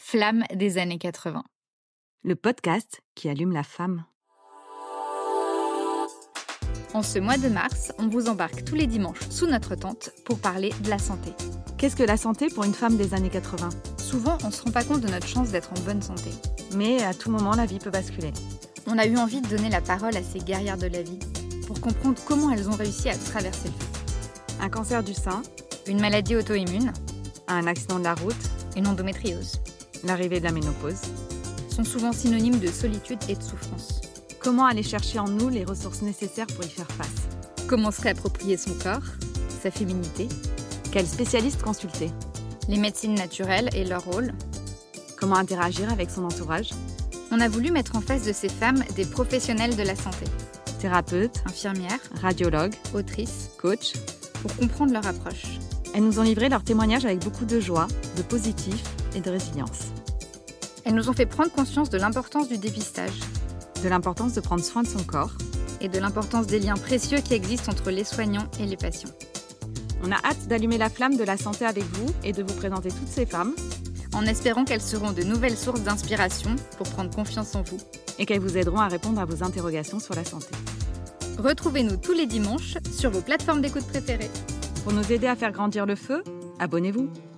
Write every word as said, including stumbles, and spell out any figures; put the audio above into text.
Flamme des années quatre-vingts. Le podcast qui allume la femme. En ce mois de mars, on vous embarque tous les dimanches sous notre tente pour parler de la santé. Qu'est-ce que la santé pour une femme des années quatre-vingts ? Souvent, on ne se rend pas compte de notre chance d'être en bonne santé. Mais à tout moment, la vie peut basculer. On a eu envie de donner la parole à ces guerrières de la vie pour comprendre comment elles ont réussi à traverser le feu. Un cancer du sein, Une maladie auto-immune, un accident de la route, une endométriose, l'arrivée de la ménopause. sont souvent synonymes de solitude et de souffrance. Comment aller chercher en nous les ressources nécessaires pour y faire face ? Comment se réapproprier son corps, sa féminité, Quel spécialiste consulter ? les médecines naturelles et leur rôle. Comment interagir avec son entourage ? On a voulu mettre en face de ces femmes des professionnels de la santé, Thérapeutes, infirmières, radiologues, autrices, coachs. pour comprendre leur approche. Elles nous ont livré leurs témoignages avec beaucoup de joie, de positif et de résilience. Elles nous ont fait prendre conscience de l'importance du dépistage De l'importance de prendre soin de son corps. et de l'importance des liens précieux qui existent entre les soignants et les patients. On a hâte d'allumer la flamme de la santé avec vous et de vous présenter toutes ces femmes En espérant qu'elles seront de nouvelles sources d'inspiration pour prendre confiance en vous. et qu'elles vous aideront à répondre à vos interrogations sur la santé. Retrouvez-nous tous les dimanches sur vos plateformes d'écoute préférées. Pour nous aider à faire grandir le feu, abonnez-vous.